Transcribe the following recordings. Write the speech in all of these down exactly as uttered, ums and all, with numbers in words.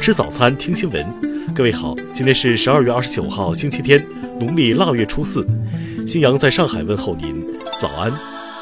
吃早餐，听新闻。各位好，今天是十二月二十九号，星期天，农历腊月初四。新阳在上海问候您，早安。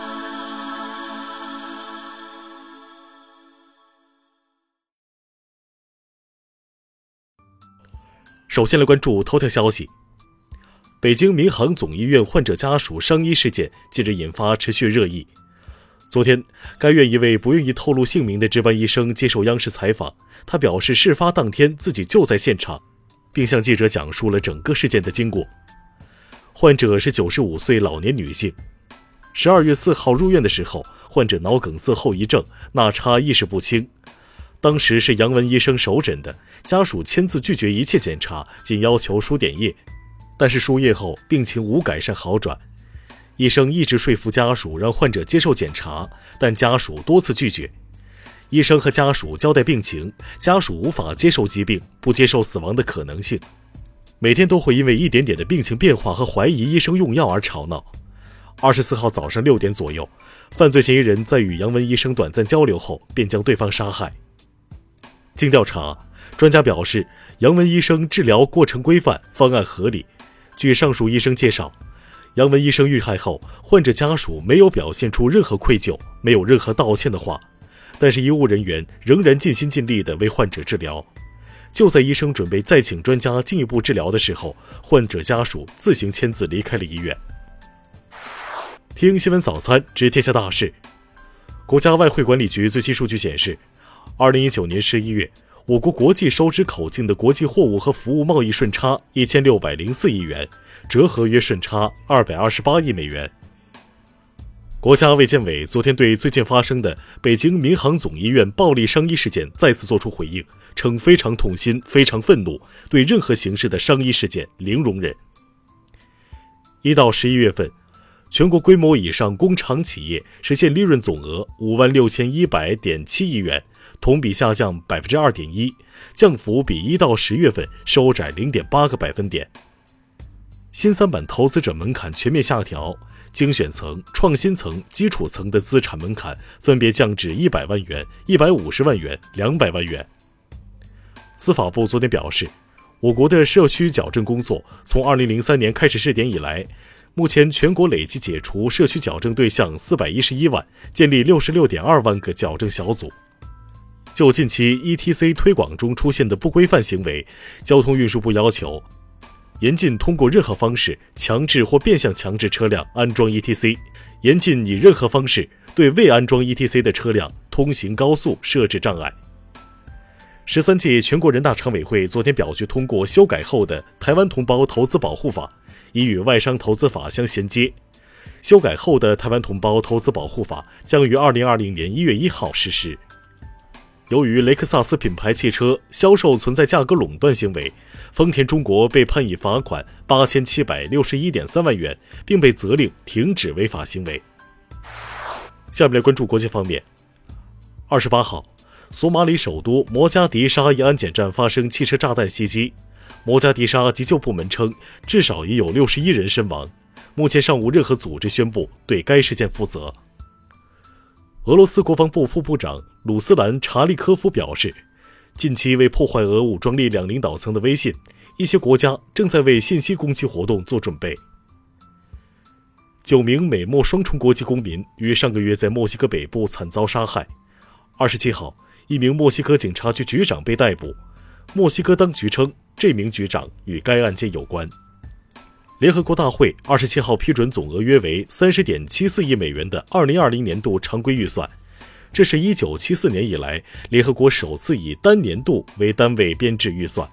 首先来关注头条消息。北京民航总医院患者家属伤医事件近日引发持续热议。昨天，该院一位不愿意透露姓名的值班医生接受央视采访，他表示事发当天自己就在现场，并向记者讲述了整个事件的经过。患者是九十五岁老年女性，十二月四号入院的时候，患者脑梗塞后遗症，纳插意识不清。当时是杨文医生首诊的，家属签字拒绝一切检查，仅要求输点液，但是输液后病情无改善好转。医生一直说服家属让患者接受检查，但家属多次拒绝。医生和家属交代病情，家属无法接受疾病，不接受死亡的可能性，每天都会因为一点点的病情变化和怀疑医生用药而吵闹。二十四号早上六点左右，犯罪嫌疑人在与杨文医生短暂交流后，便将对方杀害。经调查，专家表示，杨文医生治疗过程规范，方案合理。据上述医生介绍，杨文医生遇害后，患者家属没有表现出任何愧疚，没有任何道歉的话，但是医务人员仍然尽心尽力地为患者治疗。就在医生准备再请专家进一步治疗的时候，患者家属自行签字离开了医院。听新闻早餐，知天下大事。国家外汇管理局最新数据显示，二零一九年十一月，我国国际收支口径的国际货物和服务贸易顺差一千六百零四亿元，折合约顺差二百二十八亿美元。国家卫健委昨天对最近发生的北京民航总医院暴力伤医事件再次作出回应，称非常痛心，非常愤怒，对任何形式的伤医事件零容忍。一到十一月份，全国规模以上工厂企业实现利润总额五万六千一百点七亿元，同比下降百分之二点一，降幅比一到十月份收窄零点八个百分点。新三板投资者门槛全面下调，精选层、创新层、基础层的资产门槛分别降至一百万元、一百五十万元、两百万元。司法部昨天表示，我国的社区矫正工作从二零零三年开始试点以来，目前全国累计解除社区矫正对象四百一十一万，建立六十六点二万个矫正小组。就近期 E T C 推广中出现的不规范行为，交通运输部要求严禁通过任何方式强制或变相强制车辆安装 E T C， 严禁以任何方式对未安装 E T C 的车辆通行高速设置障碍。十三届全国人大常委会昨天表决通过修改后的《台湾同胞投资保护法》，已与外商投资法相衔接。修改后的《台湾同胞投资保护法》将于二零二零年一月一号实施。由于雷克萨斯品牌汽车销售存在价格垄断行为，丰田中国被判以罚款八千七百六十一点三万元，并被责令停止违法行为。下面来关注国际方面。二十八号，索马里首都摩加迪沙一安检站发生汽车炸弹袭击，摩加迪沙急救部门称，至少已有六十一人身亡，目前尚无任何组织宣布对该事件负责。俄罗斯国防部副部长鲁斯兰·查利科夫表示，近期为破坏俄武装力量领导层的威信，一些国家正在为信息攻击活动做准备。九名美墨双重国籍公民于上个月在墨西哥北部惨遭杀害。二十七号，一名墨西哥警察局局长被逮捕，墨西哥当局称这名局长与该案件有关。联合国大会二十七号批准总额约为 三十点七四亿美元的二零二零年度常规预算，这是一九七四年以来联合国首次以单年度为单位编制预算。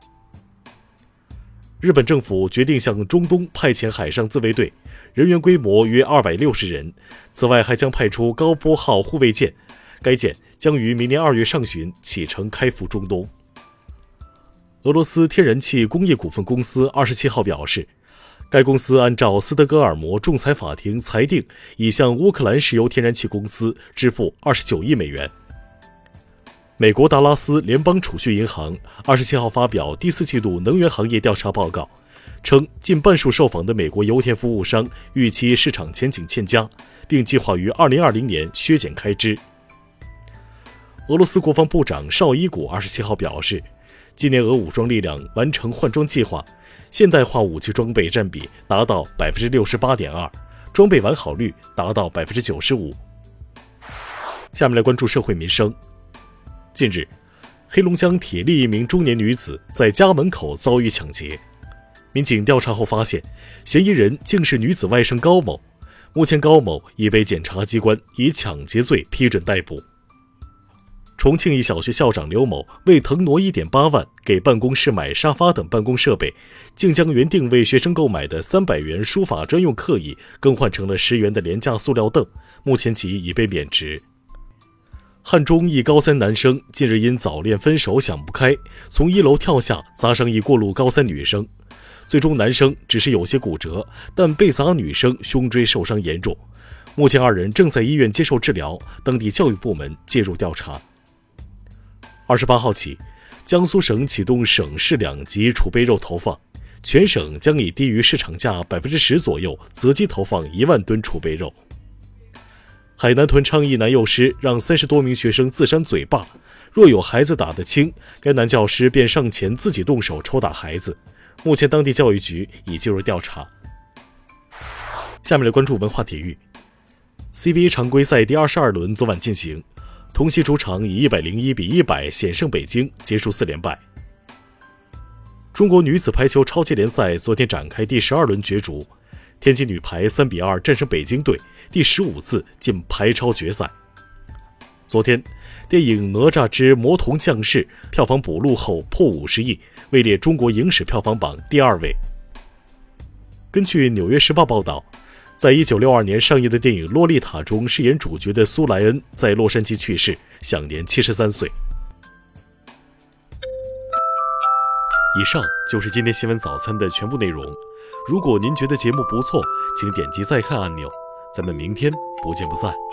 日本政府决定向中东派遣海上自卫队，人员规模约二百六十人，此外还将派出高波号护卫舰，该舰将于明年二月上旬启程开赴中东。俄罗斯天然气工业股份公司二十七号表示，该公司按照斯德哥尔摩仲裁法庭裁定，已向乌克兰石油天然气公司支付二十九亿美元。美国达拉斯联邦储蓄银行二十七号发表第四季度能源行业调查报告，称近半数受访的美国油田服务商预期市场前景欠佳，并计划于二零二零年削减开支。 俄罗斯国防部长绍伊古二十七号表示，今年俄武装力量完成换装计划，现代化武器装备占比达到 百分之六十八点二， 装备完好率达到 百分之九十五。 下面来关注社会民生。近日，黑龙江铁力一名中年女子在家门口遭遇抢劫，民警调查后发现，嫌疑人竟是女子外甥高某。目前高某已被检察机关以抢劫罪批准逮捕。重庆一小学校长刘某为腾挪 一点八万给办公室买沙发等办公设备，竟将原定为学生购买的三百元书法专用课椅更换成了十元的廉价塑料凳，目前其已被免职。汉中一高三男生近日因早恋分手想不开，从一楼跳下砸伤一过路高三女生，最终男生只是有些骨折，但被砸女生胸椎受伤严重，目前二人正在医院接受治疗，当地教育部门介入调查。二十八号起，江苏省启动省市两级储备肉投放，全省将以低于市场价 百分之十 左右择机投放一万吨储备肉。海南屯昌一男幼师让三十多名学生自扇嘴巴，若有孩子打得轻，该男教师便上前自己动手抽打孩子。目前当地教育局已介入调查。下面来关注文化体育。C B A 常规赛第二十二轮昨晚进行，同曦主场以一百零一比一百险胜北京，结束四连败。中国女子排球超级联赛昨天展开第十二轮角逐，天津女排三比二战胜北京队，第十五次进排超决赛。昨天，电影《哪吒之魔童降世》票房补录后破五十亿，位列中国影史票房榜第二位。根据《纽约时报》报道，在一九六二年上映的电影《洛丽塔》中饰演主角的苏莱恩在洛杉矶去世，享年七十三岁。以上就是今天新闻早餐的全部内容。如果您觉得节目不错，请点击再看按钮。咱们明天不见不散。